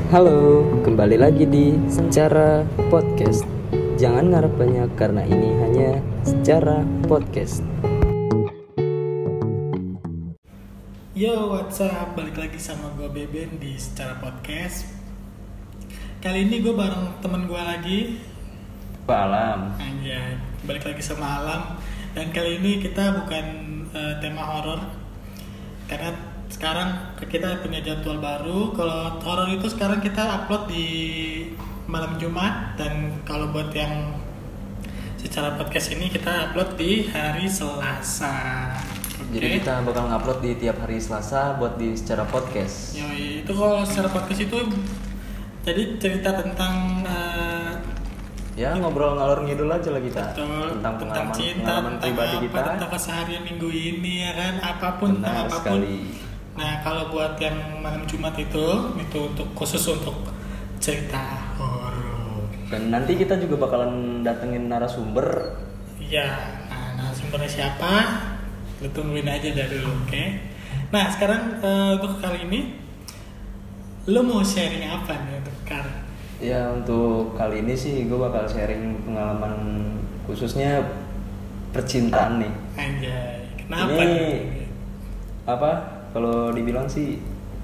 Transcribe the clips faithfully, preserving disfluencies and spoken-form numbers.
Halo, kembali lagi di Secara Podcast. Jangan ngarep banyak karena ini hanya Secara Podcast. Yo, what's up? Balik lagi sama gue Beben di Secara Podcast. Kali ini gue bareng temen gue lagi, Pak Alam. Anjay, balik lagi sama Alam. Dan kali ini kita bukan uh, tema horor, karena sekarang kita punya jadwal baru. Kalau horor itu sekarang kita upload di malam Jumat, dan kalau buat yang Secara Podcast ini kita upload di hari Selasa. Jadi Oke. kita bakal ngupload di tiap hari Selasa buat di Secara Podcast. Yoi, itu kalau Secara Podcast itu jadi cerita tentang uh, Ya ngobrol ngalor ngidul aja lah kita. betul, Tentang pengalaman, cinta, pengalaman tentang pribadi apa, kita. tentang keseharian minggu ini ya kan, apapun tentang Benar apapun. sekali. Nah, kalau buat yang malam Jumat itu itu untuk khusus untuk cerita horor. Dan nanti kita juga bakalan datengin narasumber. Iya, nah, nah sumbernya siapa? Lu tungguin aja dari dulu, oke? Nah, sekarang uh, untuk kali ini lu mau sharing apa nih untuk sekarang? Ya untuk kali ini sih gue bakal sharing pengalaman khususnya percintaan nih. Anjay, kenapa Ini nih? apa? Kalau dibilang sih,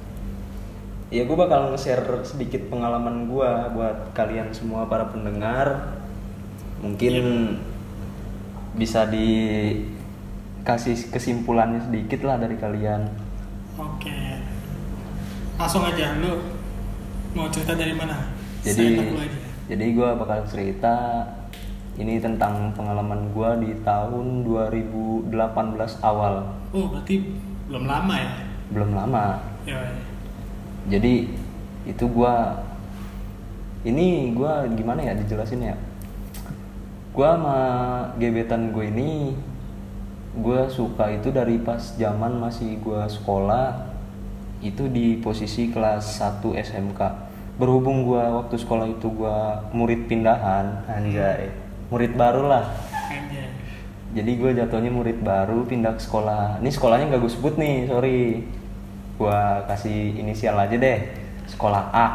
ya gue bakal nge-share sedikit pengalaman gue buat kalian semua para pendengar. Mungkin bisa dikasih kesimpulannya sedikit lah dari kalian. Oke, langsung aja, lu mau cerita dari mana? Jadi, Seenak lu aja. jadi gue bakal cerita ini tentang pengalaman gue di tahun dua ribu delapan belas awal. Oh, berarti belum lama ya? Belum lama. Ya. Jadi itu gue, ini gue gimana ya dijelasin ya? Gue sama gebetan gue ini, gue suka itu dari pas zaman masih gue sekolah, itu di posisi kelas satu S M K. Berhubung gue waktu sekolah itu gue murid pindahan, anjay, murid baru lah. Anjay. Jadi gue jatuhnya murid baru pindah ke sekolah. Ini sekolahnya gak gue sebut nih, sorry. Gue kasih inisial aja deh, sekolah A.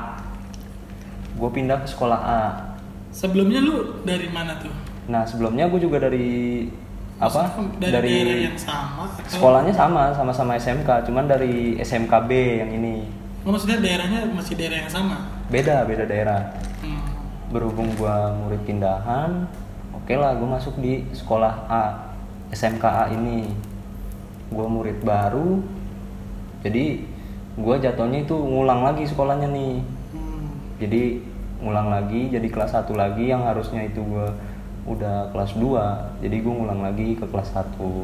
Gue pindah ke sekolah A. Sebelumnya lu dari mana tuh? Nah sebelumnya gue juga dari apa? Dari, daerah yang sama? Atau? Sekolahnya sama, sama-sama S M K, cuman dari S M K B yang ini. Oh, maksudnya daerahnya masih daerah yang sama? Beda, beda daerah. Hmm. Berhubung gue murid pindahan, oke lah gue masuk di sekolah A, S M K A ini. Gue murid baru, jadi gue jatuhnya itu ngulang lagi sekolahnya nih. Hmm. Jadi ngulang lagi, jadi kelas satu lagi yang harusnya itu gue udah kelas dua, jadi gue ngulang lagi ke kelas satu.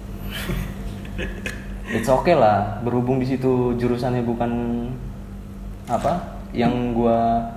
It's okay lah, berhubung di situ jurusannya bukan apa yang gue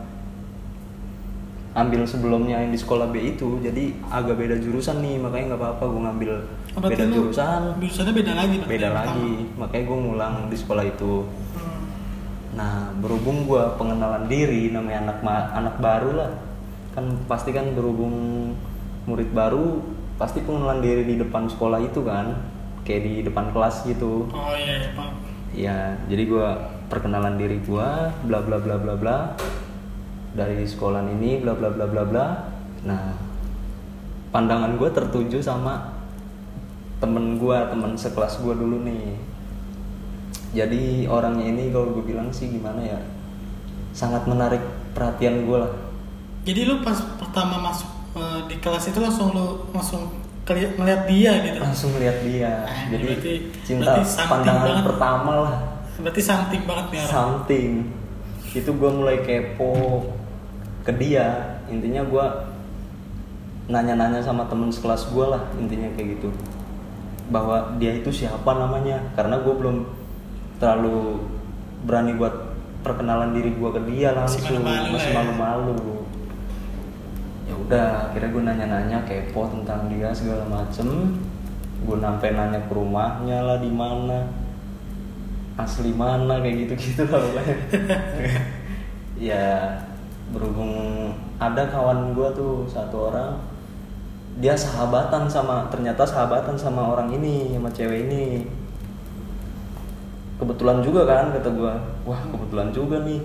ambil sebelumnya yang di sekolah B itu, jadi agak beda jurusan nih, makanya nggak apa-apa gue ngambil Oh, berarti beda lu jurusan. Jurusannya beda lagi berarti Beda yang lagi, pertama. makanya gue ngulang di sekolah itu. Hmm. Nah, berhubung gue pengenalan diri, namanya anak ma- anak baru lah, kan pasti kan berhubung murid baru, pasti pengenalan diri di depan sekolah itu kan, kayak di depan kelas gitu. Oh iya, iya Pak. Ya, jadi gue perkenalan diri gue, bla bla bla bla bla, dari sekolah ini, bla bla bla bla bla. Nah, pandangan gue tertuju sama temen gue, temen sekelas gue dulu nih. Jadi orangnya ini kalau gue bilang sih gimana ya, sangat menarik perhatian gue lah. Jadi lu pas pertama masuk uh, di kelas itu langsung lu langsung keli- ngeliat dia gitu. Langsung lihat dia. Nah, Jadi berarti- cinta berarti something pandangan banget. pertama lah. Berarti something banget nih orang. Something. Itu gue mulai kepo ke dia. Intinya gue nanya-nanya sama temen sekelas gue lah, intinya kayak gitu, bahwa dia itu siapa namanya, karena gue belum terlalu berani buat perkenalan diri gue ke dia langsung, Masih malu-malu masih lah ya. malu-malu. Ya udah, akhirnya gue nanya-nanya kepo tentang dia segala macem. Gue sampai nanya ke rumahnya lah, di mana, asli mana, kayak gitu-gitu lah pokoknya. Ya berhubung ada kawan gue tuh satu orang, dia sahabatan sama, ternyata sahabatan sama orang ini, sama cewek ini. Kebetulan juga kan, kata gue, wah kebetulan juga nih,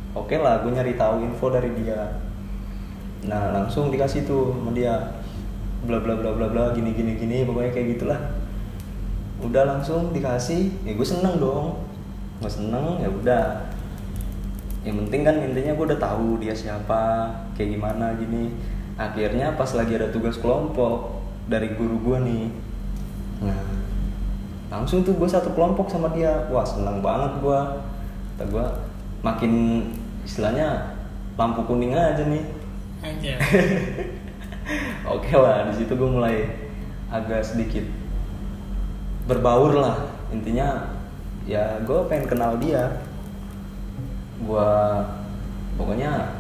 oke lah gue nyari tahu info dari dia. Nah langsung dikasih tuh sama dia bla bla bla bla bla gini gini gini pokoknya kayak gitulah. Udah langsung dikasih, ya gue seneng dong, gue seneng ya udah. Yang penting kan intinya gue udah tahu dia siapa, kayak gimana gini. Akhirnya pas lagi ada tugas kelompok dari guru gue nih, nah langsung tuh gue satu kelompok sama dia. Wah seneng banget gue, kata gue makin istilahnya lampu kuning aja nih. Aja. Oke lah, di situ gue mulai agak sedikit berbaur lah. Intinya ya gue pengen kenal dia. Gue pokoknya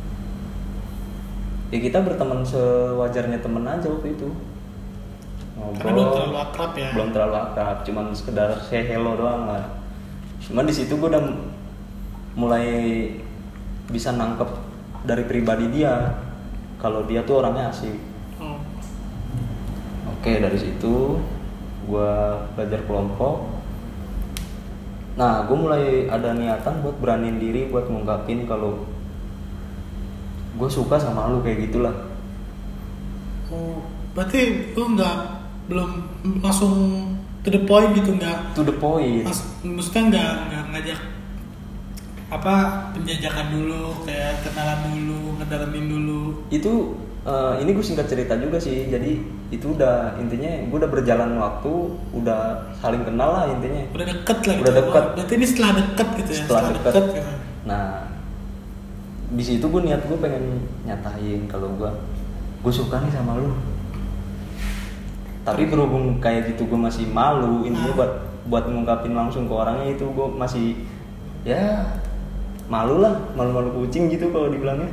ya kita berteman sewajarnya temen aja waktu itu. Ngobrol. Karena belum terlalu akrab ya. Belum terlalu akrab, cuman sekedar say hello doang lah. Cuman di situ gue udah mulai bisa nangkep dari pribadi dia kalau dia tuh orangnya asik. Oh. Oke, dari situ gue belajar kelompok. Nah, gue mulai ada niatan buat beraniin diri buat ngungkapin kalau gue suka sama lu kayak gitulah. Oh, berarti lu nggak belum langsung to the point gitu, nggak? To the point. Mas, maksudnya nggak nggak ngajak apa penjajakan dulu, kayak kenalan dulu, ngedalamin dulu. Itu uh, ini gue singkat cerita juga sih. Jadi itu udah intinya gue udah berjalan waktu, udah saling kenal lah intinya. Udah deket lah. Udah gitu. deket. Oh, berarti ini setelah deket gitu ya. Setelah, setelah deket. deket gitu. Nah, di situ gue niat gue pengen nyatain kalau gue gue suka nih sama lu. Tapi berhubung kayak gitu gue masih malu, intinya buat buat ngungkapin langsung ke orangnya itu gue masih ya malu lah, malu-malu kucing gitu kalau dibilangnya.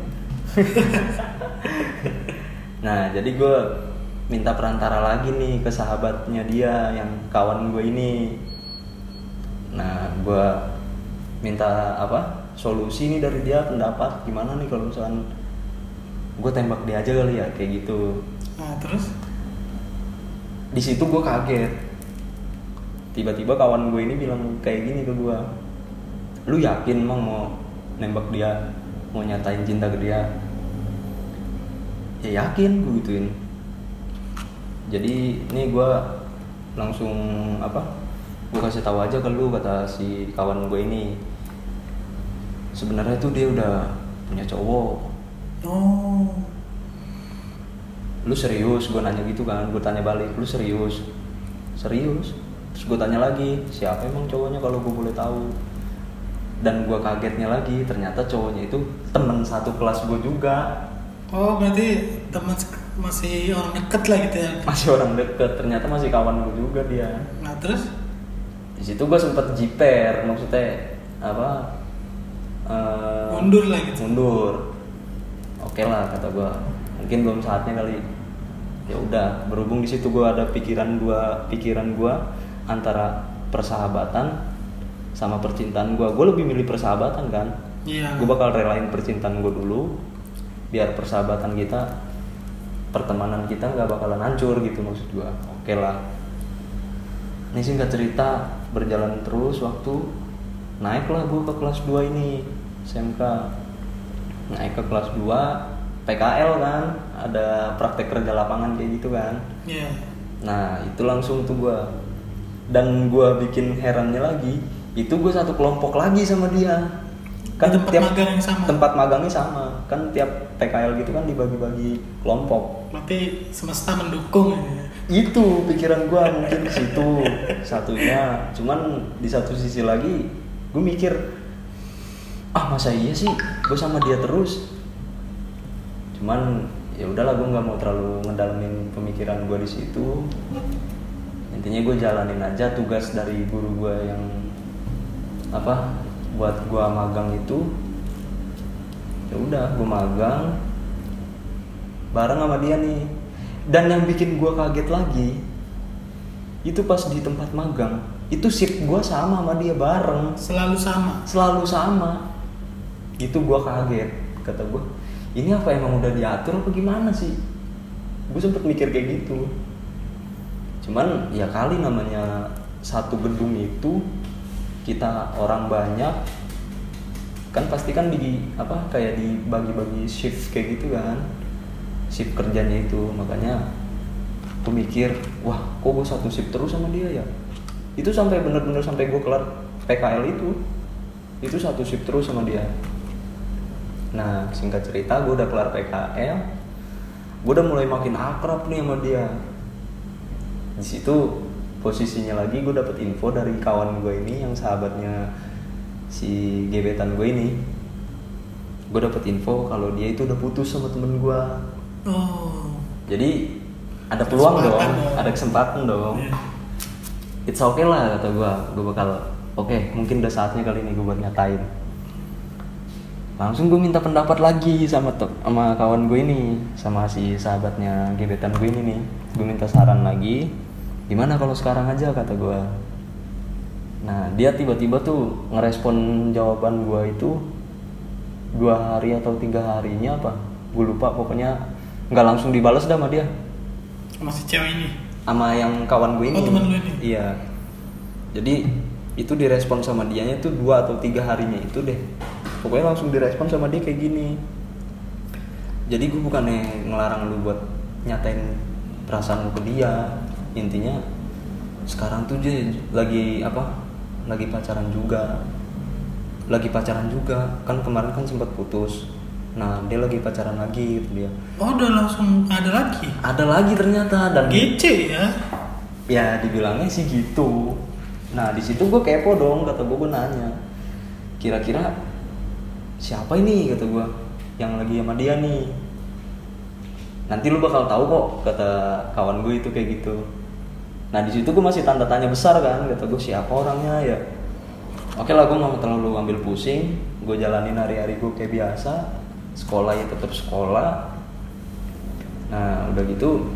Nah jadi gue minta perantara lagi nih ke sahabatnya dia yang kawan gue ini. Nah gue minta apa solusi nih dari dia, pendapat gimana nih kalau misalkan gue tembak dia aja kali ya kayak gitu. Nah terus Di situ gue kaget, tiba-tiba kawan gue ini bilang kayak gini ke gue, lu yakin emang mau nembak dia, mau nyatain cinta ke dia? Ya yakin, gue gituin. Jadi ini gue langsung apa, gue kasih tahu aja ke lu, kata si kawan gue ini, sebenarnya tuh dia udah punya cowok. oh Lu serius? Gue nanya gitu kan, gue tanya balik, lu serius? Serius? Terus gue tanya lagi, siapa emang cowoknya kalau gue boleh tahu? Dan gue kagetnya lagi, ternyata cowoknya itu temen satu kelas gue juga. oh berarti teman masih orang deket lah gitu ya. Masih orang deket, ternyata masih kawan gue juga dia. Nah terus Di situ gue sempet jiper, maksudnya apa? Uh, mundur lah gitu. Mundur. Oke lah kata gue, mungkin belum saatnya kali. Ya udah, berhubung di situ gue ada pikiran dua pikiran gue antara persahabatan sama percintaan gue. Gue lebih milih persahabatan kan. Iya. Gue bakal relain percintaan gue dulu, biar persahabatan kita, pertemanan kita nggak bakalan hancur gitu maksud gue. Oke lah. Ini singkat cerita, berjalan terus waktu, naiklah gue ke kelas dua ini, S M K. Naik ke kelas dua, P K L kan, ada praktek kerja lapangan kayak gitu kan. Iya. Nah itu langsung tuh gue, dan gue bikin herannya lagi, itu gue satu kelompok lagi sama dia. Kan Di tempat tiap magang yang sama. tempat magangnya sama, kan tiap P K L gitu kan dibagi-bagi kelompok. Berarti semesta mendukung ya. Itu pikiran gue mungkin di situ satunya. Cuman di satu sisi lagi gue mikir, ah masa iya sih gue sama dia terus. Cuman ya udahlah, gue nggak mau terlalu ngedalamin pemikiran gue di situ. Intinya gue jalanin aja tugas dari guru gue yang apa buat gue magang itu. Ya udah, gue magang bareng sama dia nih. Dan yang bikin gue kaget lagi, itu pas di tempat magang itu shift gue sama sama dia bareng, Selalu sama. selalu sama. Itu gue kaget, kata gue, ini apa emang udah diatur apa gimana sih? Gue sempet mikir kayak gitu. Cuman ya kali namanya satu gedung itu kita orang banyak, kan pasti kan di apa kayak dibagi-bagi shift kayak gitu kan, shift kerjanya itu. Makanya aku mikir, wah kok gue satu shift terus sama dia ya. Itu sampai bener-bener sampai gue kelar P K L itu itu satu shift terus sama dia. Nah singkat cerita gue udah kelar P K L, gue udah mulai makin akrab nih sama dia. Di situ posisinya lagi gue dapet info dari kawan gue ini yang sahabatnya si gebetan gue ini. Gue dapet info kalau dia itu udah putus sama temen gue. Oh. Jadi ada peluang dong, dong, ada kesempatan dong. Yeah. It's okay lah kata gue, gue bakal oke okay, mungkin udah saatnya kali ini gue buat nyatain. Langsung gue minta pendapat lagi sama sama kawan gue ini, sama si sahabatnya gebetan gue ini nih. Gue minta saran lagi, gimana kalau sekarang aja kata gue. Nah dia tiba-tiba tuh ngerespon jawaban gue itu dua hari atau tiga harinya apa, gue lupa, pokoknya nggak langsung dibalas dah sama dia. Masih cewek ini? Sama yang kawan gue ini. Oh teman lu ini? Iya. Jadi itu direspon sama dianya tuh dua atau tiga harinya itu deh. Pokoknya langsung direspon sama dia kayak gini. Jadi gue bukannya ngelarang lu buat nyatain perasaan lu ke dia. Intinya sekarang tuh dia lagi apa? Lagi pacaran juga. Lagi pacaran juga. Kan kemarin kan sempat putus. Nah dia lagi pacaran lagi gitu dia. Oh udah langsung ada lagi? Ada lagi ternyata. Dan gece ya? Ya dibilangnya sih gitu. Nah di situ gue kepo dong, kata gue, gue nanya kira-kira siapa ini kata gue yang lagi sama dia nih. Nanti lu bakal tahu kok kata kawan gue itu kayak gitu. Nah di situ gue masih tanda tanya besar kan, kata gue siapa orangnya ya. Oke lah gue nggak mau terlalu ambil pusing, gue jalanin hari-hari gue kayak biasa, sekolah ya tetap sekolah. Nah udah gitu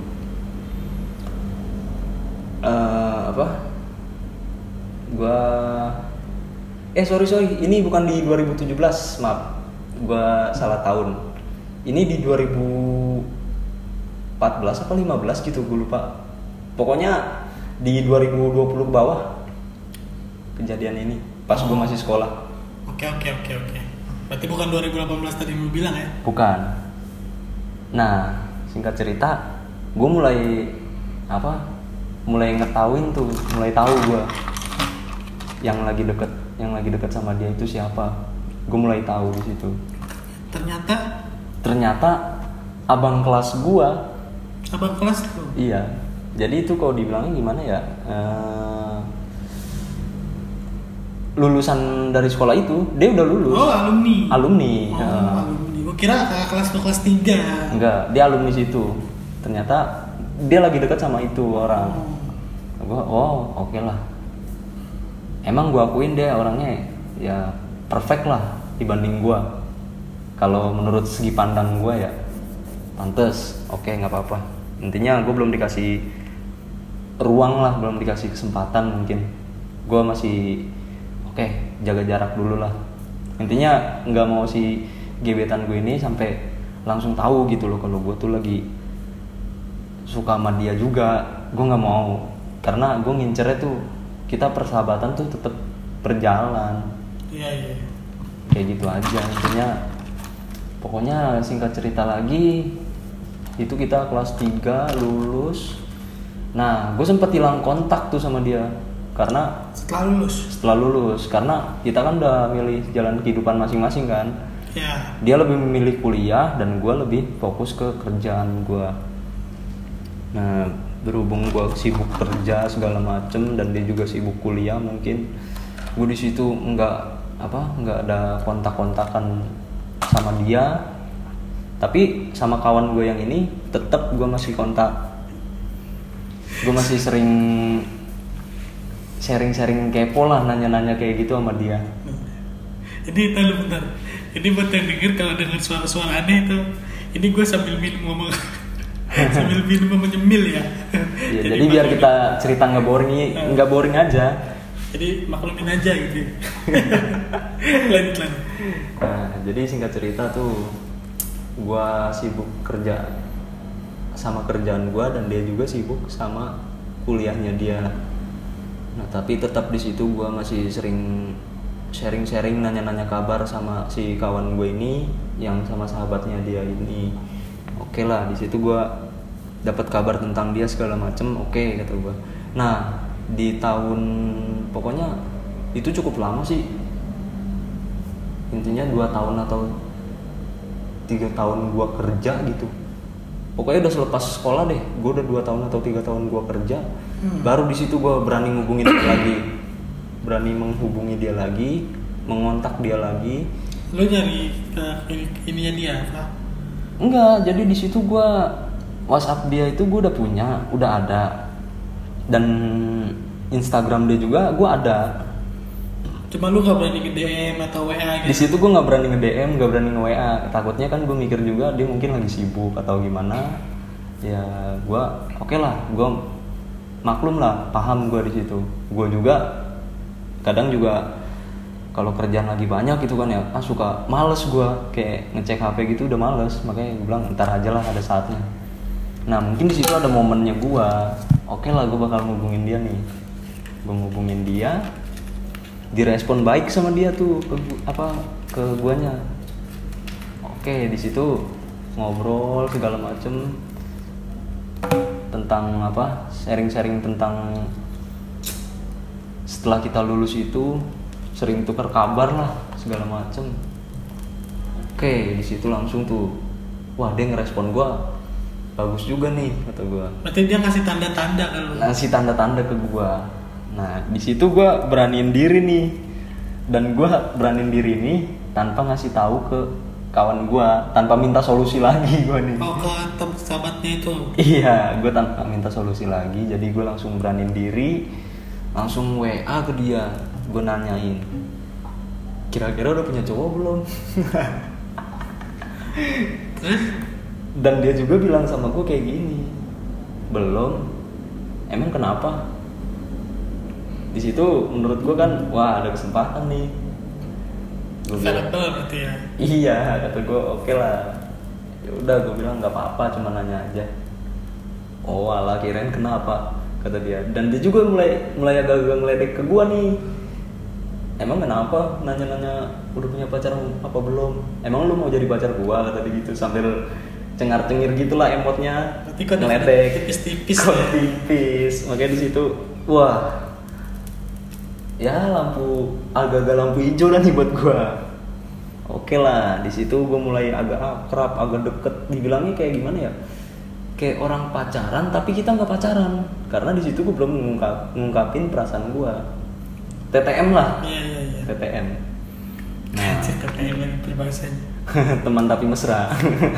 uh, apa? Gua eh sorry sorry ini bukan di dua ribu tujuh belas, maaf, gua salah tahun. Ini di dua ribu empat belas apa lima belas gitu, gue lupa. Pokoknya di dua ribu dua puluh ke bawah kejadian ini pas gue masih sekolah. Oke oke oke oke. Berarti bukan dua ribu delapan belas tadi lu bilang ya? Bukan. Nah singkat cerita, gue mulai apa? Mulai ngetahuin tuh, mulai tahu gue yang lagi deket, yang lagi deket sama dia itu siapa. Gue mulai tahu di situ. Ternyata? Ternyata abang kelas gue. Abang kelas tuh? Iya. Jadi itu kalau dibilangnya gimana ya? Uh, lulusan dari sekolah itu, dia udah lulus. Oh alumni. Alumni. Oh uh, alumni. Gue kira kakak kelas tuh kelas tiga. Enggak, dia alumni situ. Ternyata dia lagi dekat sama itu orang. Oh. Gue, oh oke okay lah. Emang gue akuin dia orangnya ya perfect lah dibanding gue. Kalau menurut segi pandang gue ya pantes, oke okay, nggak apa-apa. Intinya gue belum dikasih ruang lah, belum dikasih kesempatan mungkin. Gue masih oke okay, jaga jarak dulu lah. Intinya nggak mau si gebetan gue ini sampai langsung tahu gitu loh kalau gue tuh lagi suka sama dia juga. Gue nggak mau, karena gue ngincernya tuh kita persahabatan tuh tetap berjalan. Iya iya. Kayak gitu aja intinya. Pokoknya singkat cerita lagi, itu kita kelas tiga lulus. Nah gue sempet hilang kontak tuh sama dia karena setelah lulus. Setelah lulus karena kita kan udah milih jalan kehidupan masing-masing kan. Iya. Dia lebih memilih kuliah dan gue lebih fokus ke kerjaan gue. Nah berhubung gue sibuk kerja segala macem dan dia juga sibuk kuliah, mungkin gue di situ nggak apa nggak ada kontak-kontakan sama dia. Tapi sama kawan gue yang ini tetap gue masih kontak. Gue masih sering sharing-sharing kepo lah, nanya-nanya kayak gitu sama dia. Ini tahu bentar. Ini buat yang denger kalau dengar suara-suara aneh itu, ini gue sambil minum ngomong. Sambil minum menyemil ya. Ya jadi, jadi biar kita cerita nggak boring, nggak uh, boring aja. Jadi maklumin aja gitu. Lanjut lanjut. Nah, jadi singkat cerita tuh, gua sibuk kerja sama kerjaan gua dan dia juga sibuk sama kuliahnya dia. Nah tapi tetap di situ gua masih sering sharing-sharing, nanya-nanya kabar sama si kawan gue ini yang sama sahabatnya dia ini. Oke lah, di situ gue dapat kabar tentang dia segala macem. Oke kata gue. Nah di tahun pokoknya itu cukup lama sih, intinya dua tahun atau tiga tahun gue kerja gitu. Pokoknya udah selepas sekolah deh, gue udah dua tahun atau tiga tahun gue kerja. hmm. Baru di situ gue berani ngubungin dia lagi, berani menghubungi dia lagi, mengontak dia lagi. Lo nyari ke ininya dia apa? Enggak, jadi di situ gue WhatsApp dia itu gue udah punya, udah ada, dan Instagram dia juga gue ada. Cuma lu nggak berani nge D M atau W A gitu? Di situ gue nggak berani nge D M, nggak berani nge W A. Takutnya kan gue mikir juga dia mungkin lagi sibuk atau gimana. Ya gue oke okay lah, gue maklum lah, paham gue di situ. Gue juga kadang juga kalau kerjaan lagi banyak gitu kan ya, ah suka males gue kayak ngecek H P gitu, udah males. Makanya gue bilang ntar aja lah, ada saatnya. Nah mungkin di situ ada momennya gue. Oke okay lah, gue bakal ngubungin dia nih. Gue ngubungin dia, direspon baik sama dia tuh ke apa ke guanya. Oke, di situ ngobrol segala macem tentang apa, sharing-sharing tentang setelah kita lulus itu sering tukar kabar lah segala macem. Oke, di situ langsung tuh, wah dia ngerespon gua bagus juga nih kata gua. Berarti dia ngasih tanda-tanda kan lu? Ngasih tanda-tanda ke gua. Nah di situ gue beraniin diri nih, dan gue beraniin diri nih tanpa ngasih tahu ke kawan gue, tanpa minta solusi lagi gue nih. Oh, ke tem- sahabatnya itu? Iya, gue tanpa minta solusi lagi, jadi gue langsung beraniin diri, langsung W A ke dia, gue nanyain, kira-kira udah punya cowok belum? Terus? Dan dia juga bilang sama gue kayak gini, belum. Emang kenapa? Di situ menurut gue kan, wah ada kesempatan nih. Available berarti ya? Iya, kata gue oke okay lah. Ya udah, gue bilang nggak apa-apa, cuma nanya aja. Oh alah, kirain kenapa, kata dia. Dan dia juga mulai mulai agak-agak ngeledek ke gue nih. Emang kenapa nanya-nanya udah punya pacar apa belum? Emang lu mau jadi pacar gue, kata dia gitu sambil cengar-cengir gitulah emotnya. Berarti kok ngeledek tipis-tipis kok ya? tipis. Makanya di situ wah, ya lampu agak-agak lampu hijau lah nih buat gue. Oke lah, di situ gue mulai agak akrab, agak deket. Dibilangnya kayak gimana ya? Kayak orang pacaran tapi kita nggak pacaran, karena di situ gue belum ngungkap, ngungkapin perasaan gue. T T M lah. Iya iya iya. T T M. Nah, T T M yang berbahasanya. teman tapi mesra.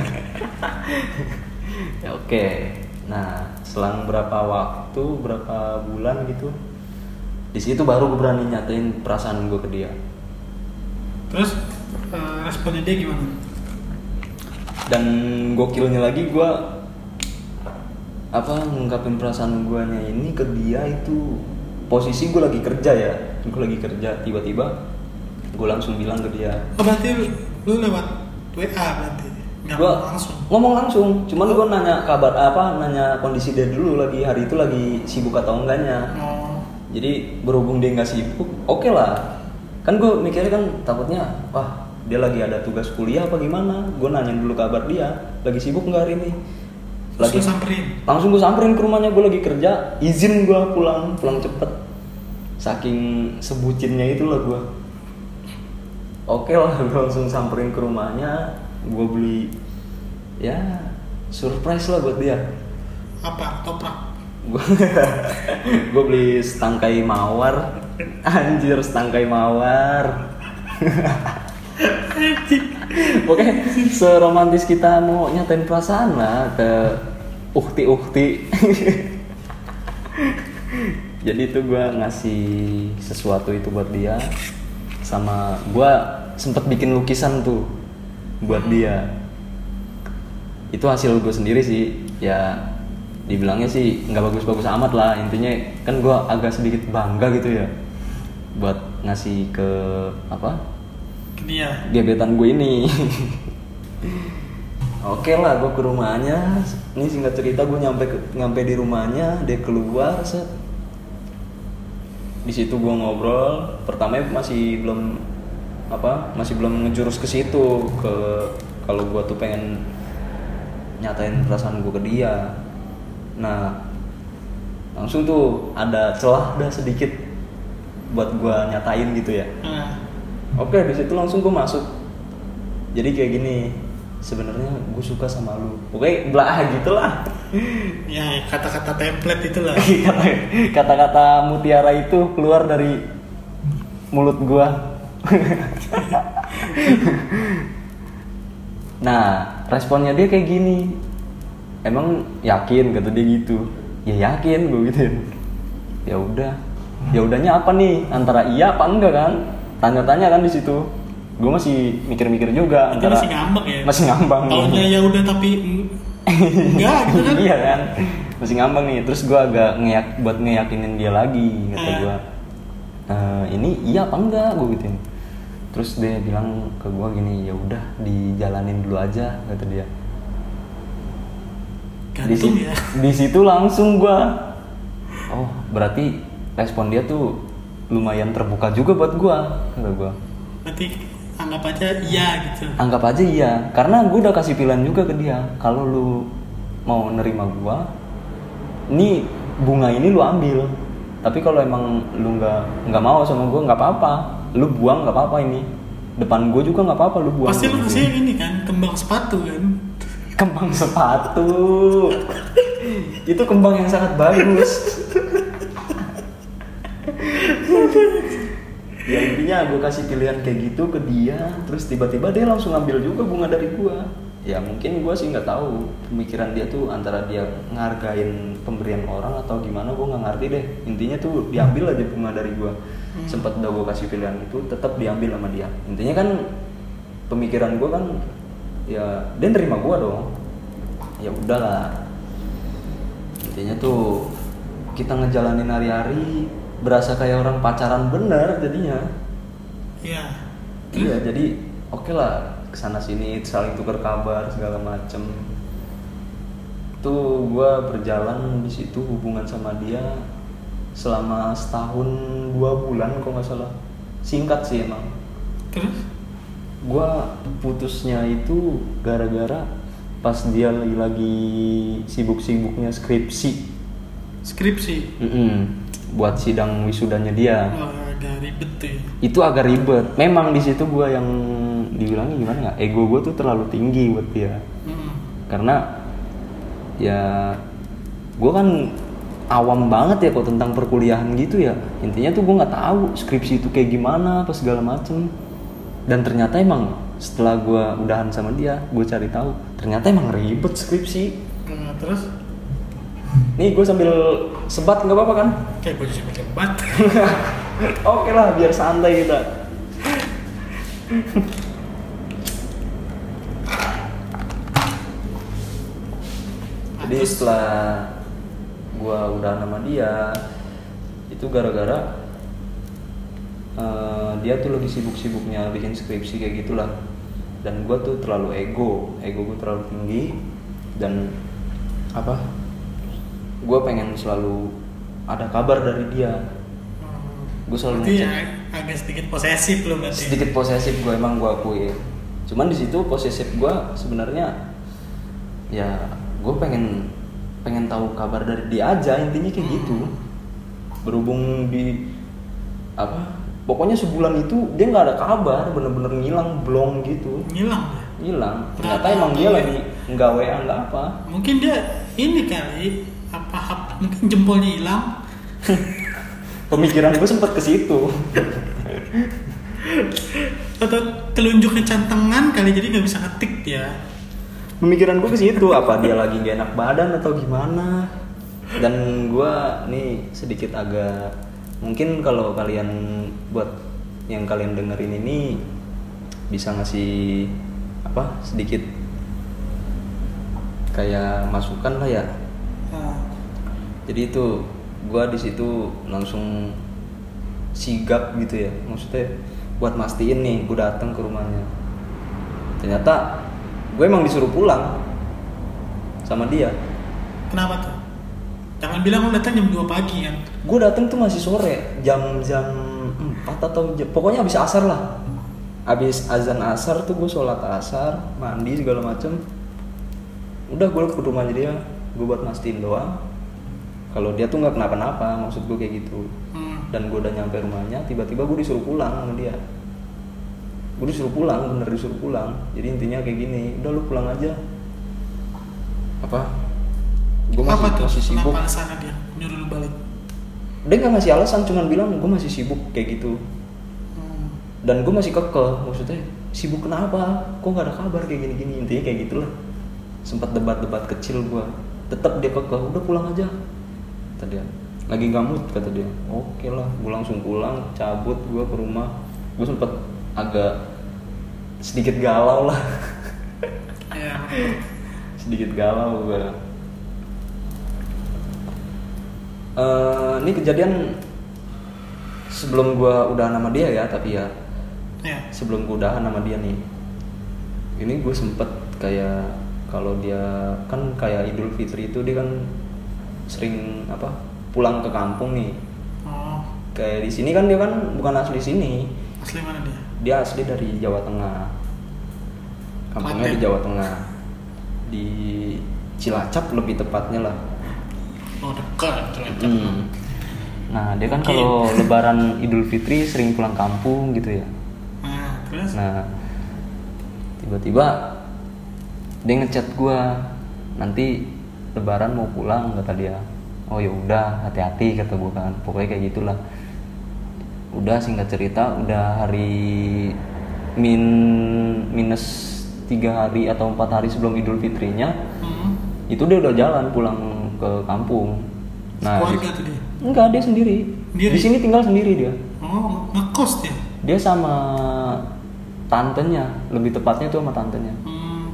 Ya oke. Okay. Nah, selang berapa waktu, berapa bulan gitu, di situ baru gue berani nyatain perasaan gue ke dia. Terus uh, responnya dia gimana? Dan gokilnya lagi gue apa ngungkapin perasaan gue nya ini ke dia itu posisi gue lagi kerja ya, gue lagi kerja, tiba-tiba gue langsung bilang ke dia. Oh berarti lu, lu lewat W A berarti? Nggak Gua langsung? ngomong langsung, cuman gue nanya kabar apa, nanya kondisi dia dulu lagi hari itu lagi sibuk atau enggaknya. Oh. Jadi berhubung dia nggak sibuk, oke okay lah. Kan gue mikirnya kan takutnya, wah dia lagi ada tugas kuliah apa gimana. Gue nanya dulu kabar dia, lagi sibuk nggak hari ini. Lagi Langsung samperin? Langsung gue samperin ke rumahnya, gue lagi kerja, izin gue pulang, pulang cepet. Saking sebucinnya itu lah gue. Oke lah, gue langsung samperin ke rumahnya, gue beli, ya surprise lah buat dia. Apa? Toprak? Gue beli setangkai mawar. Anjir, setangkai mawar. Oke, seromantis kita mau nyatain perasaan lah ke ukti-ukti. Jadi itu gue ngasih sesuatu itu buat dia. Sama gue sempet bikin lukisan tuh buat dia. Itu hasil gue sendiri sih. Ya dibilangnya sih nggak bagus-bagus amat lah. Intinya kan gue agak sedikit bangga gitu ya buat ngasih ke apa, ke dia, gebetan gue ini. Oke lah, gue ke rumahnya. Ini singkat cerita, gue nyampe ke, nyampe di rumahnya, dia keluar set. Di situ gue ngobrol. Pertama masih belum apa masih belum ngejurus ke situ, ke kalau gue tuh pengen nyatain perasaan gue ke dia. Nah langsung tuh ada celah dah sedikit buat gue nyatain gitu ya. Nah. Oke, di situ langsung gue masuk. Jadi kayak gini, sebenarnya gue suka sama lu. Oke, belah gitulah. Ya kata-kata template itulah. Kata-kata mutiara itu keluar dari mulut gue. Nah, responnya dia kayak gini. Emang yakin, kata dia gitu. Ya yakin, gue gituin. Ya udah. Ya udahnya apa nih? Antara iya apa enggak kan? Tanya-tanya kan di situ. Gue masih mikir-mikir juga. Itu antara masih ngambek ya. Masih ngambang. Taunya ya udah tapi enggak gitu kan? Iya kan. Masih ngambang nih. Terus gue agak ngeyak buat ngeyakinin dia lagi, kata Eh. gue. E, ini iya apa enggak? Gue gituin. Terus dia bilang ke gue gini, ya udah dijalanin dulu aja, kata dia. Di, Gantung si- ya. di situ langsung gue, oh berarti respon dia tuh lumayan terbuka juga buat gue, kata gue. Berarti anggap aja iya gitu. Anggap aja iya, karena gue udah kasih pilihan juga ke dia. Kalau lu mau nerima gue, ini bunga ini lu ambil. Tapi kalau emang lu nggak nggak mau sama gue, nggak apa-apa, lu buang nggak apa-apa ini. Depan gue juga nggak apa-apa lu buang. Pasti lu gitu. kasih yang ini kan, kembang sepatu kan. Kembang sepatu. Itu kembang yang sangat bagus. Ya intinya gue kasih pilihan kayak gitu ke dia, terus tiba-tiba dia langsung ngambil juga bunga dari gue. Ya mungkin gue sih nggak tahu pemikiran dia tuh antara dia ngargain pemberian orang atau gimana, gue nggak ngerti deh. Intinya tuh diambil aja bunga dari gue. Hmm. Sempat udah gue kasih pilihan itu, tetap diambil sama dia. Intinya kan pemikiran gue kan, ya dia nerima gue dong. Ya udahlah. Intinya tuh kita ngejalanin hari-hari berasa kayak orang pacaran bener jadinya. Iya. Iya, jadi oke okay lah kesana sini saling tukar kabar segala macem. Tuh gue berjalan di situ hubungan sama dia selama setahun dua bulan kok nggak salah. Singkat sih emang. Terus? Gue putusnya itu gara-gara pas dia lagi lagi sibuk-sibuknya skripsi. Skripsi. Mm-mm. Buat sidang wisudanya dia. Wah, agak ribet tuh ya. Itu agak ribet. Memang di situ gue yang dibilangnya gimana ya? Ego gue tuh terlalu tinggi buat dia. Hmm. Karena ya gue kan awam banget ya kok tentang perkuliahan gitu ya. Intinya tuh gue nggak tahu skripsi itu kayak gimana, apa segala macem. Dan ternyata emang setelah gue udahan sama dia, gue cari tahu. Ternyata emang ribet skripsi. Nah, terus? Nih gue sambil sebat nggak apa-apa kan? Kayak gue jadi pakai bat. Oke lah, biar santai kita. Jadi setelah gua udah sama dia, itu gara-gara uh, dia tuh lagi sibuk-sibuknya bikin skripsi kayak gitulah. Dan gua tuh terlalu ego, ego gua terlalu tinggi dan apa? Gua pengen selalu ada kabar dari dia. Gue selalu Berarti ngecek. ya, agak sedikit posesif loh berarti. Sedikit posesif gue emang gue akui. Cuman di situ posesif gue sebenarnya ya gue pengen pengen tahu kabar dari dia aja, intinya kayak gitu. Berhubung di apa? Pokoknya sebulan itu dia nggak ada kabar, bener-bener ngilang, blong gitu. Ngilang ya? Hilang. Ternyata Nggak emang tahu dia ya. lagi nggak W A nggak apa. Mungkin dia ini kali apa hap, mungkin jempolnya hilang. Pemikiran gue sempet ke situ. Atau telunjuknya cantengan kali jadi nggak bisa ngetik dia. Pemikiran gue ke situ, apa dia lagi gak enak badan atau gimana. Dan gue nih sedikit agak, mungkin kalau kalian buat yang kalian dengerin ini bisa ngasih apa sedikit kayak masukan lah ya. Nah, Jadi itu gue di situ langsung sigap gitu ya, maksudnya buat mastiin nih gue datang ke rumahnya. Ternyata gue emang disuruh pulang sama dia. kenapa tuh? Jangan bilang lu datang jam dua pagi kan? Gue datang tuh masih sore, jam jam empat atau jam, pokoknya habis asar lah. abis azan asar tuh gue sholat asar, mandi segala macem. Udah gue ke rumahnya dia, gue buat mastiin doang kalau dia tuh nggak kenapa-napa, maksud gue kayak gitu. Hmm. Dan gue udah nyampe rumahnya, tiba-tiba gue disuruh pulang sama dia. Gue disuruh pulang, bener disuruh pulang. Jadi intinya kayak gini, udah lu pulang aja. Apa? Gue masih, Apa tuh? masih sibuk. Kenapa alasannya dia nyuruh lu balik? Dia nggak ngasih alasan, cuman bilang gue masih sibuk kayak gitu. Hmm. Dan gue masih kekeh, maksudnya sibuk kenapa? Kok nggak ada kabar kayak gini-gini, intinya kayak gitulah. Sempat debat-debat kecil gue, tetap dia kekeh, udah pulang aja. Kata dia, lagi nggak mood kata dia. Oke lah, gue langsung pulang, cabut gue ke rumah. Gue sempet agak sedikit galau lah. Ya. Sedikit galau gue. Uh, ini kejadian sebelum gue udahan sama dia ya, tapi ya Ya. sebelum gue udahan sama dia nih, ini gue sempet kayak kalau dia kan kayak Idul Fitri itu dia kan sering apa pulang ke kampung nih. Oh. Kayak di sini kan dia kan bukan asli sini, Asli mana dia? dia asli dari Jawa Tengah, kampungnya Klaten. di Jawa Tengah, di Cilacap lebih tepatnya lah. Oh dekat ternyata. Hmm. Nah dia kan Oke. kalau Lebaran Idul Fitri sering pulang kampung gitu ya. Nah terus? Nah tiba-tiba dia ngechat gua, nanti Lebaran mau pulang kata dia. Oh ya udah, hati-hati kata gua kan. Pokoknya kayak gitulah. Udah singkat cerita, udah hari min minus tiga hari atau empat hari sebelum Idul Fitrinya, Hmm. itu dia udah jalan pulang ke kampung. Nah, Keluarga di- tuh dia? enggak, dia sendiri. Sendiri? Di sini tinggal sendiri dia. Oh ngekos dia? Dia sama tantenya, lebih tepatnya itu sama tantenya. Hmm.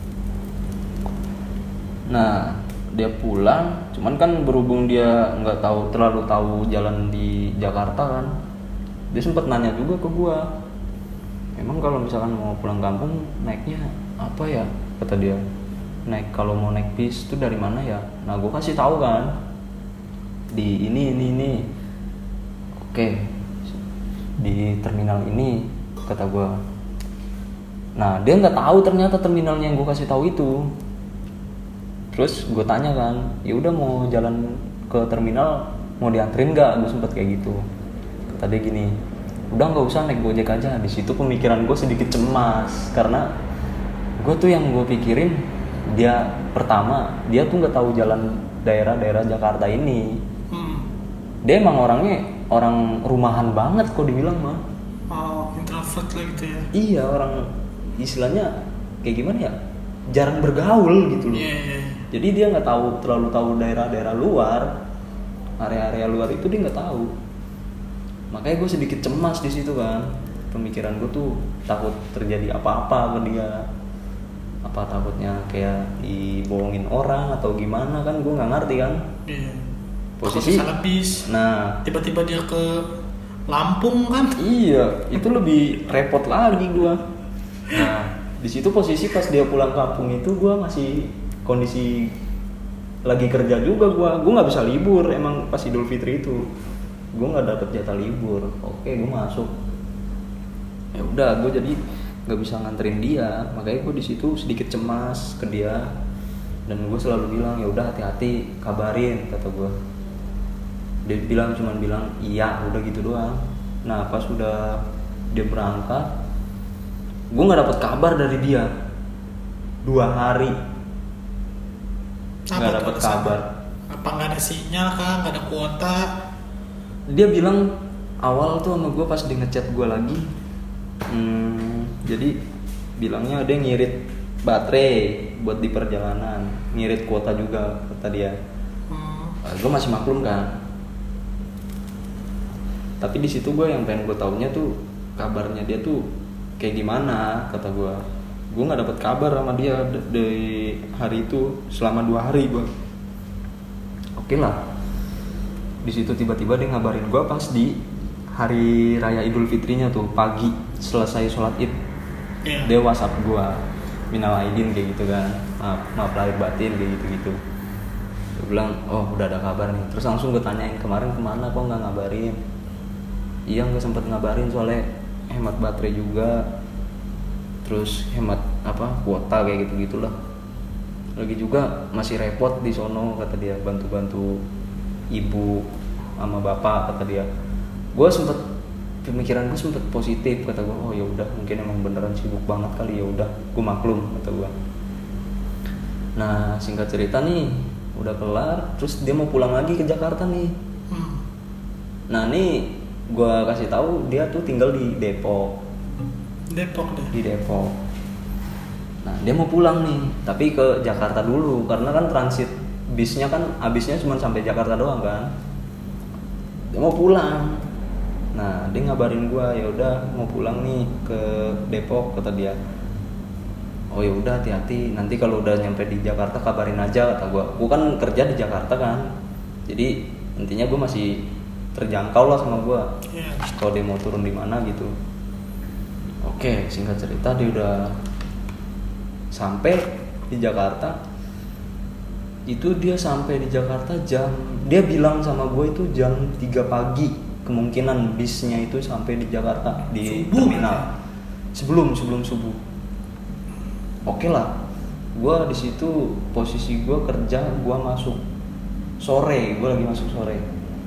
Nah, dia pulang, cuman kan berhubung dia nggak tahu terlalu tahu jalan di Jakarta kan, dia sempat nanya juga ke gua, emang kalau misalkan mau pulang kampung naiknya apa ya? Kata dia, naik kalau mau naik bis itu dari mana ya? Nah, gua kasih tahu kan, di ini ini ini, oke, di terminal ini, kata gua. Nah, dia nggak tahu ternyata terminalnya yang gua kasih tahu itu. Terus gue tanya kan, ya udah mau jalan ke terminal mau dianterin nggak? Gue sempet kayak gitu. Kata dia gini, udah nggak usah naik gojek aja. Di situ pemikiran gue sedikit cemas karena gue tuh yang gue pikirin dia pertama dia tuh nggak tahu jalan daerah-daerah Jakarta ini. Hmm. Dia emang orangnya orang rumahan banget kok dibilang mah. Oh introvert lah gitu ya? Iya, orang istilahnya kayak gimana ya? Jarang bergaul gitu loh. Iya iya. iya. Jadi dia nggak tahu terlalu tahu daerah-daerah luar, area-area luar itu dia nggak tahu. Makanya gue sedikit cemas di situ kan. Pemikiran gue tuh takut terjadi apa-apa ke dia. Apa takutnya kayak dibohongin orang atau gimana kan? Gue nggak ngerti kan. Iya. Posisi- Kalau salah bis, Nah, tiba-tiba dia ke Lampung kan? iya, itu lebih repot lagi gue. Nah, di situ posisi pas dia pulang kampung itu gue masih kondisi lagi kerja juga. gue gue nggak bisa libur emang pas Idul Fitri itu gue nggak dapet jatah libur. Oke, gue masuk, ya udah gue jadi nggak bisa nganterin dia. Makanya gue di situ sedikit cemas ke dia dan gue selalu bilang ya udah hati-hati, kabarin kata gue. Dia bilang cuman bilang iya udah gitu doang. Nah pas udah dia berangkat, gue nggak dapet kabar dari dia dua hari. Nggak Apa tuh dapet alasannya? kabar. Apa nggak ada sinyal kah? Nggak ada kuota? Dia bilang awal tuh sama gue pas dia ngechat gue lagi, hmm, jadi bilangnya dia ngirit baterai buat di perjalanan, ngirit kuota juga kata dia. Hmm. Nah, gue masih maklum kan. Tapi di situ gue yang pengen gue taunya tuh kabarnya dia tuh kayak gimana kata gue. Gue nggak dapet kabar sama dia d- dari hari itu selama dua hari gue. Oke lah. Di situ tiba-tiba dia ngabarin gue pas di hari raya Idul Fitrinya tuh pagi selesai sholat Id. Iya. Dia WhatsApp gue, minal aidin kayak gitu kan, maaf maaf lahir batin kayak gitu-gitu. Dia bilang oh udah ada kabar nih. Terus langsung gue tanyain kemarin kemana kok nggak ngabarin. Iya nggak sempet ngabarin soalnya hemat baterai juga, terus hemat apa kuota kayak gitu gitulah. Lagi juga masih repot di sono kata dia, bantu-bantu ibu sama bapak kata dia. Gue sempet pemikiran gue sempet positif, kata gue oh ya udah mungkin emang beneran sibuk banget kali, ya udah gue maklum kata gue. Nah singkat cerita nih udah kelar, terus dia mau pulang lagi ke Jakarta nih. Hmm. Nah nih gue kasih tahu dia tuh tinggal di Depok. Depok deh. Di Depok. Nah dia mau pulang nih, tapi ke Jakarta dulu karena kan transit bisnya kan habisnya cuma sampai Jakarta doang kan. Dia mau pulang. Nah dia ngabarin gue ya udah mau pulang nih ke Depok kata dia. Oh ya udah hati-hati, nanti kalau udah nyampe di Jakarta kabarin aja kata gue. Gue kan kerja di Jakarta kan, jadi intinya gue masih terjangkau lah sama gue. Yeah. Kalau dia mau turun di mana gitu. Oke, singkat cerita dia udah sampai di Jakarta. Itu dia sampai di Jakarta jam, dia bilang sama gue itu jam tiga pagi. Kemungkinan bisnya itu sampai di Jakarta di Subuh, terminal. ya? Sebelum sebelum subuh. Oke lah, gue di situ posisi gue kerja, gue masuk sore, gue lagi masuk sore,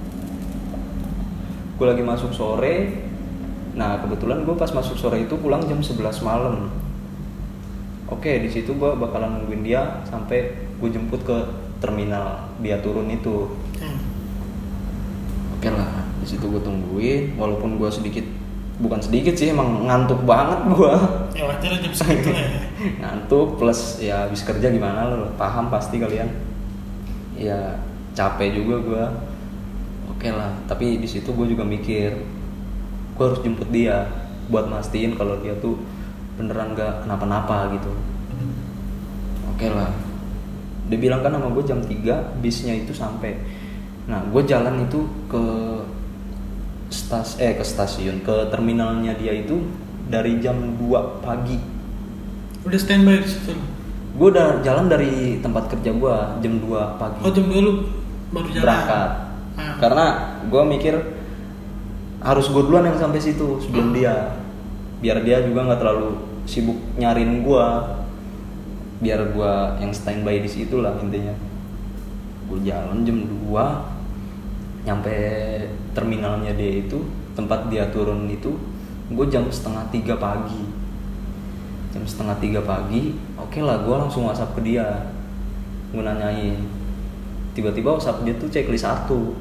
gue lagi masuk sore. Nah kebetulan gue pas masuk sore itu pulang jam sebelas malam. Oke di situ gue bakalan nungguin dia sampai gue jemput ke terminal dia turun itu. Hmm. Oke lah, di situ gue tungguin, walaupun gue sedikit, bukan sedikit sih, emang ngantuk banget gue. Ya wajar jam segitu lah ya. Ngantuk plus ya habis kerja gimana lo, paham pasti kalian. Ya capek juga gue. Oke lah, tapi di situ gue juga mikir, gue harus jemput dia buat mastiin kalau dia tuh beneran gak kenapa-napa gitu. Oke lah, dia bilang kan sama gue jam tiga bisnya itu sampai. Nah gue jalan itu ke stas eh ke stasiun, ke terminalnya dia itu dari jam dua pagi. Udah standby di situ. Gue udah jalan dari tempat kerja gue jam dua pagi. Oh jam dua lu baru jalan. Berangkat. Ah. Karena gue mikir harus gue duluan yang sampai situ sebelum Hmm. dia, biar dia juga nggak terlalu sibuk nyariin gue, biar gue yang standby di situ lah intinya. Gue jalan jam dua, nyampe terminalnya dia itu, tempat dia turun itu, gue jam setengah tiga pagi. Jam setengah tiga pagi, oke lah, gue langsung WhatsApp ke dia, gue nanyain. Tiba-tiba WhatsApp dia tuh checklist satu.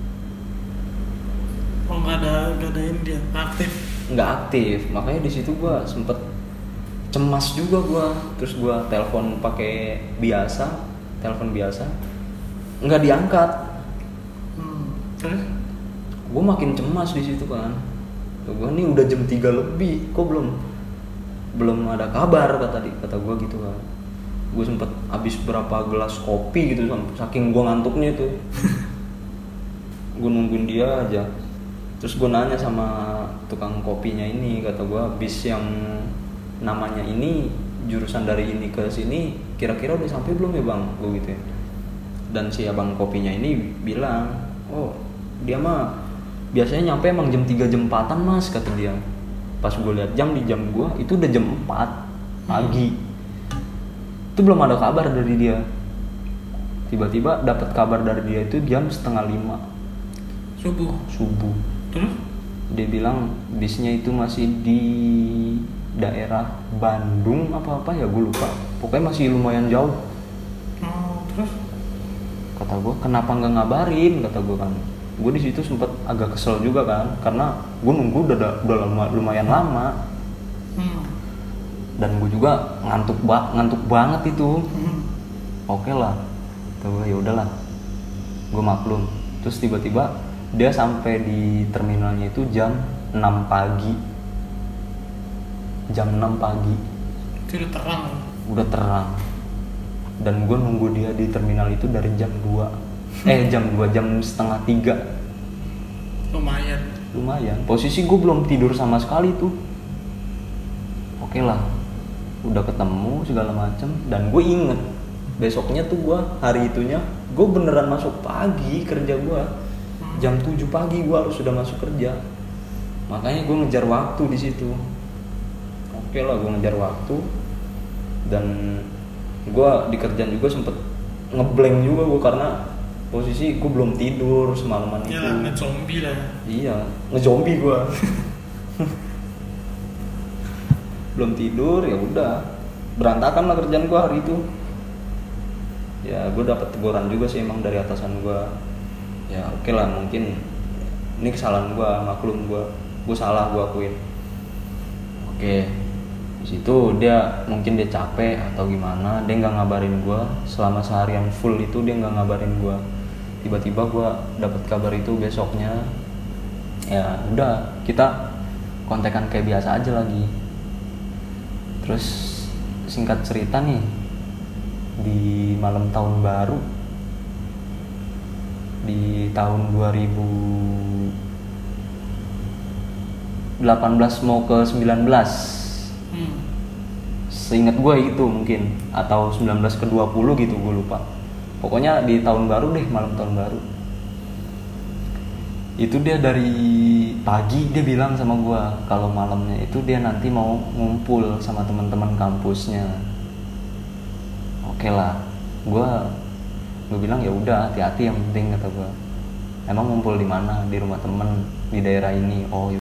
Oh nggak ada nggak ada ini dia aktif. Nggak aktif, makanya di situ gue sempet cemas juga gue. Terus gue telepon pakai biasa, telepon biasa, nggak diangkat. Hmm. Terus? Gue makin cemas di situ kan. Gue nih udah jam tiga lebih, kok belum belum ada kabar kata di kata gue gitu kan. Gue sempet habis berapa gelas kopi gitu, saking gue ngantuknya tuh. Gue nungguin dia aja. Terus gue nanya sama tukang kopinya ini, kata gue bis yang namanya ini jurusan dari ini ke sini kira-kira udah sampai belum ya bang, gue gitu ya. Dan si abang kopinya ini bilang, oh dia mah biasanya nyampe emang jam tiga jam empatan mas, kata dia. Pas gue lihat jam, di jam gue itu udah jam empat pagi. Itu belum ada kabar dari dia. Tiba-tiba dapat kabar dari dia itu jam setengah lima Subuh. subuh. Terus? Dia bilang bisnya itu masih di daerah Bandung apa-apa ya, gue lupa. Pokoknya masih lumayan jauh. Oh, terus? Kata gue, kenapa nggak ngabarin? Kata gue kan. Gue di situ sempet agak kesel juga kan, karena gue nunggu udah udah lama, lumayan lama. Hmm. Dan gue juga ngantuk ba- ngantuk banget itu. Hmm. Oke lah, kata gue ya udahlah, gue maklum. Terus tiba-tiba dia sampai di terminalnya itu jam enam pagi. Jam enam pagi. Itu udah terang. Udah terang. Dan gue nunggu dia di terminal itu dari jam dua. Eh jam dua, jam setengah tiga. Lumayan. Lumayan. Posisi gue belum tidur sama sekali tuh. Oke lah, udah ketemu segala macem. Dan gue inget besoknya tuh gue, hari itunya gue beneran masuk pagi kerja gue. Jam tujuh pagi gue harus sudah masuk kerja. makanya gue ngejar waktu di situ. Oke lah, gue ngejar waktu, dan gue di kerjaan juga sempet ngeblank juga gue karena posisi gue belum tidur semalaman itu. Iyalah, nge-zombie lah. Iya, ngezombie gue. Belum tidur, ya udah berantakan lah kerjaan gue hari itu. Ya gue dapet teguran juga sih emang dari atasan gue. Ya oke lah, mungkin ini kesalahan gue, maklum gue, gue salah, gue akuin. Oke, di situ dia mungkin dia capek atau gimana, dia nggak ngabarin gue selama seharian full itu, dia nggak ngabarin gue. Tiba-tiba gue dapet kabar itu besoknya. Ya udah, kita kontekan kayak biasa aja lagi. Terus singkat cerita nih, di malam tahun baru, di tahun dua ribu delapan belas mau ke sembilan belas, hmm. seingat gue itu mungkin, atau sembilan belas ke dua puluh gitu, gue lupa. Pokoknya di tahun baru deh, malam tahun baru itu dia dari pagi dia bilang sama gue kalau malamnya itu dia nanti mau ngumpul sama teman-teman kampusnya. Oke lah, gue gue bilang ya udah, hati-hati yang penting, kata gue. Emang ngumpul di mana? Di rumah temen di daerah ini. Oh